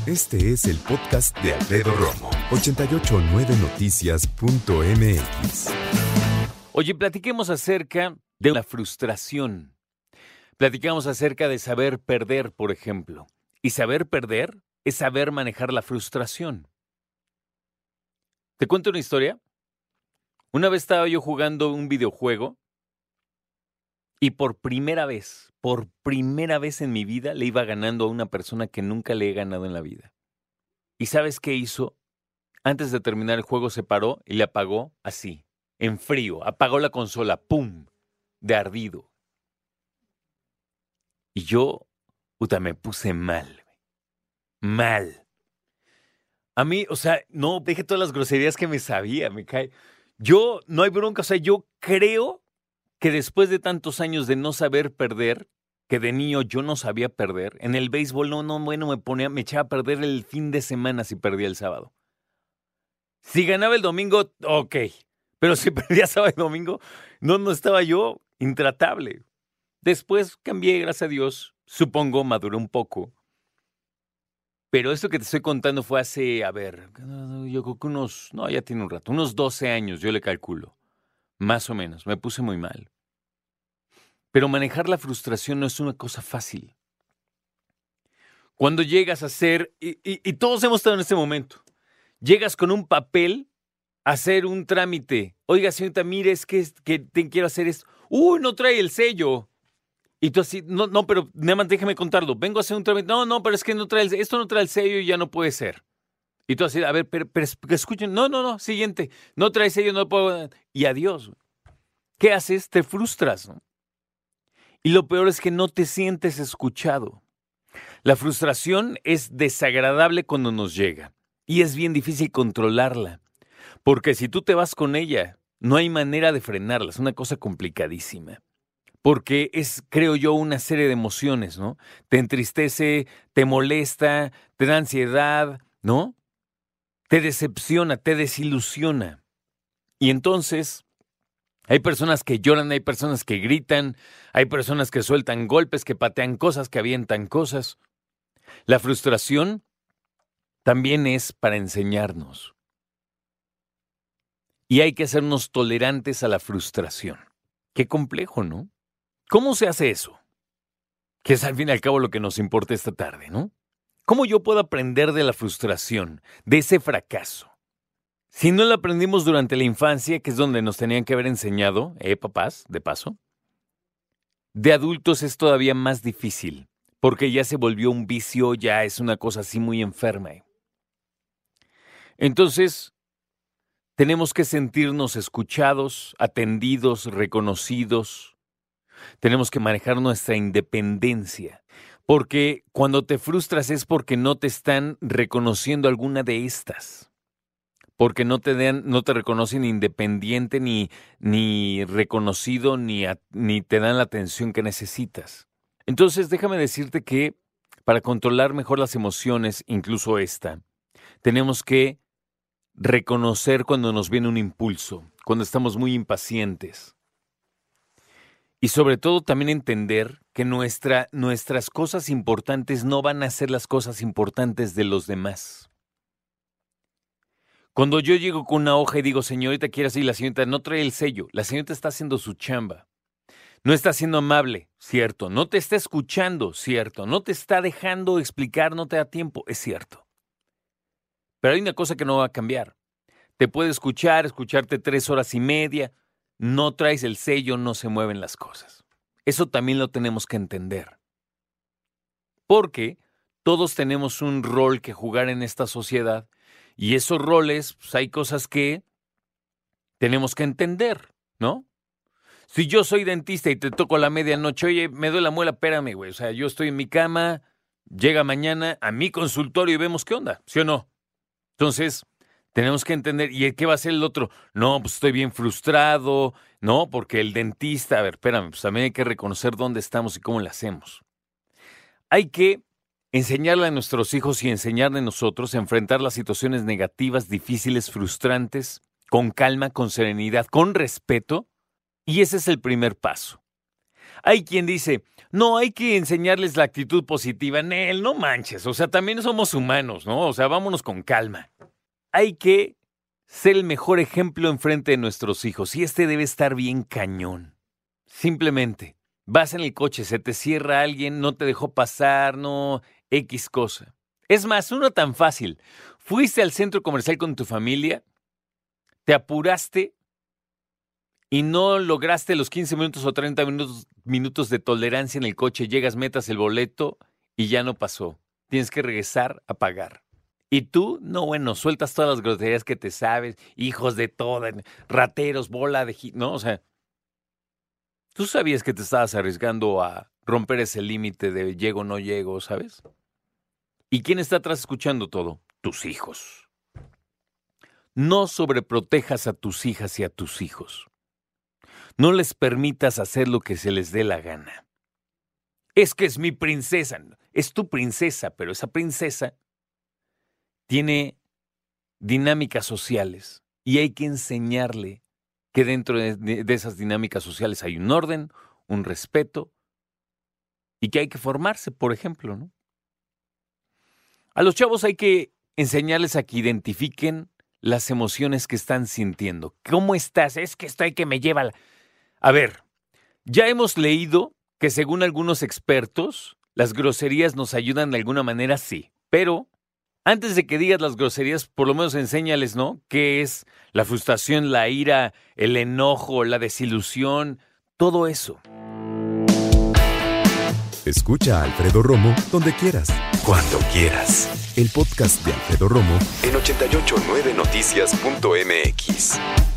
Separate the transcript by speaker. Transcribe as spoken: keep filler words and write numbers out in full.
Speaker 1: Este es el podcast de Alfredo Romo, ochenta y ocho punto nueve noticias punto m x.
Speaker 2: Oye, platiquemos acerca de la frustración. Platicamos acerca de saber perder, por ejemplo. Y saber perder es saber manejar la frustración. ¿Te cuento una historia? Una vez estaba yo jugando un videojuego y por primera vez, por primera vez en mi vida le iba ganando a una persona que nunca le he ganado en la vida. ¿Y sabes qué hizo? Antes de terminar el juego se paró y le apagó así, en frío. Apagó la consola, ¡pum!, de ardido. Y yo, puta, me puse mal. Mal. A mí, o sea, no, deje todas las groserías que me sabía, me cae. Yo, no hay bronca, o sea, yo creo que después de tantos años de no saber perder, que de niño yo no sabía perder, en el béisbol no, no, bueno, me ponía, me echaba a perder el fin de semana si perdía el sábado. Si ganaba el domingo, ok, pero si perdía sábado y domingo, no, no estaba yo intratable. Después cambié, gracias a Dios, supongo, maduré un poco. Pero esto que te estoy contando fue hace, a ver, yo creo que unos, no, ya tiene un rato, unos doce años, yo le calculo. Más o menos, me puse muy mal. Pero manejar la frustración no es una cosa fácil. Cuando llegas a hacer, y, y, y todos hemos estado en este momento, llegas con un papel a hacer un trámite. Oiga, señorita, mire, es que, que te quiero hacer esto. Uy, no trae el sello. Y tú así, no, no, pero nada más déjame contarlo. Vengo a hacer un trámite. No, no, pero es que no trae el, esto no trae el sello y ya no puede ser. Y tú así, a ver, pero, pero escuchen. No, no, no, siguiente. No trae sello, no puedo. Y adiós. ¿Qué haces? Te frustras, ¿no? Y lo peor es que no te sientes escuchado. La frustración es desagradable cuando nos llega. Y es bien difícil controlarla. Porque si tú te vas con ella, no hay manera de frenarla. Es una cosa complicadísima. Porque es, creo yo, una serie de emociones, ¿no? Te entristece, te molesta, te da ansiedad, ¿no? Te decepciona, te desilusiona. Y entonces, hay personas que lloran, hay personas que gritan, hay personas que sueltan golpes, que patean cosas, que avientan cosas. La frustración también es para enseñarnos. Y hay que hacernos tolerantes a la frustración. Qué complejo, ¿no? ¿Cómo se hace eso? Que es al fin y al cabo lo que nos importa esta tarde, ¿no? ¿Cómo yo puedo aprender de la frustración, de ese fracaso? Si no lo aprendimos durante la infancia, que es donde nos tenían que haber enseñado, ¿eh, papás, de paso? De adultos es todavía más difícil, porque ya se volvió un vicio, ya es una cosa así muy enferma. Entonces, tenemos que sentirnos escuchados, atendidos, reconocidos. Tenemos que manejar nuestra independencia, porque cuando te frustras es porque no te están reconociendo alguna de estas, porque no te dan, no te reconocen independiente, ni, ni reconocido, ni, a, ni te dan la atención que necesitas. Entonces, déjame decirte que para controlar mejor las emociones, incluso esta, tenemos que reconocer cuando nos viene un impulso, cuando estamos muy impacientes. Y sobre todo también entender que nuestra, nuestras cosas importantes no van a ser las cosas importantes de los demás. Cuando yo llego con una hoja y digo, señorita, quiere así, la señorita no trae el sello, la señorita está haciendo su chamba. No está siendo amable, cierto. No te está escuchando, cierto. No te está dejando explicar, no te da tiempo, es cierto. Pero hay una cosa que no va a cambiar. Te puede escuchar, escucharte tres horas y media. No traes el sello, no se mueven las cosas. Eso también lo tenemos que entender. Porque todos tenemos un rol que jugar en esta sociedad y esos roles, pues hay cosas que tenemos que entender, ¿no? Si yo soy dentista y te toco a la medianoche, oye, me duele la muela, espérame, güey. O sea, yo estoy en mi cama, llega mañana a mi consultorio y vemos qué onda, ¿sí o no? Entonces, tenemos que entender, ¿y qué va a hacer el otro? No, pues estoy bien frustrado, no, porque el dentista, a ver, espérame, pues también hay que reconocer dónde estamos y cómo le hacemos. Hay que enseñarle a nuestros hijos y enseñarle a nosotros a enfrentar las situaciones negativas, difíciles, frustrantes, con calma, con serenidad, con respeto, y ese es el primer paso. Hay quien dice, no, hay que enseñarles la actitud positiva. Nel, no manches, o sea, también somos humanos, ¿no? O sea, vámonos con calma. Hay que ser el mejor ejemplo enfrente de nuestros hijos y este debe estar bien cañón. Simplemente, vas en el coche, se te cierra alguien, no te dejó pasar, no, X cosa. Es más, uno tan fácil. Fuiste al centro comercial con tu familia, te apuraste y no lograste los quince minutos o treinta minutos, minutos de tolerancia en el coche, llegas, metas el boleto y ya no pasó. Tienes que regresar a pagar. Y tú, no, bueno, sueltas todas las groserías que te sabes, hijos de todas, rateros, bola de... ¿no? O sea, tú sabías que te estabas arriesgando a romper ese límite de llego o no llego, ¿sabes? ¿Y quién está atrás escuchando todo? Tus hijos. No sobreprotejas a tus hijas y a tus hijos. No les permitas hacer lo que se les dé la gana. Es que es mi princesa. Es tu princesa, pero esa princesa tiene dinámicas sociales y hay que enseñarle que dentro de, de, de esas dinámicas sociales hay un orden, un respeto y que hay que formarse, por ejemplo, ¿no? A los chavos hay que enseñarles a que identifiquen las emociones que están sintiendo. ¿Cómo estás? Es que estoy que me lleva la... A ver, ya hemos leído que según algunos expertos, las groserías nos ayudan de alguna manera, sí. Pero antes de que digas las groserías, por lo menos enséñales, ¿no? ¿Qué es la frustración, la ira, el enojo, la desilusión? Todo eso.
Speaker 1: Escucha a Alfredo Romo donde quieras, cuando quieras. El podcast de Alfredo Romo en ochenta y ocho punto nueve noticias punto m x.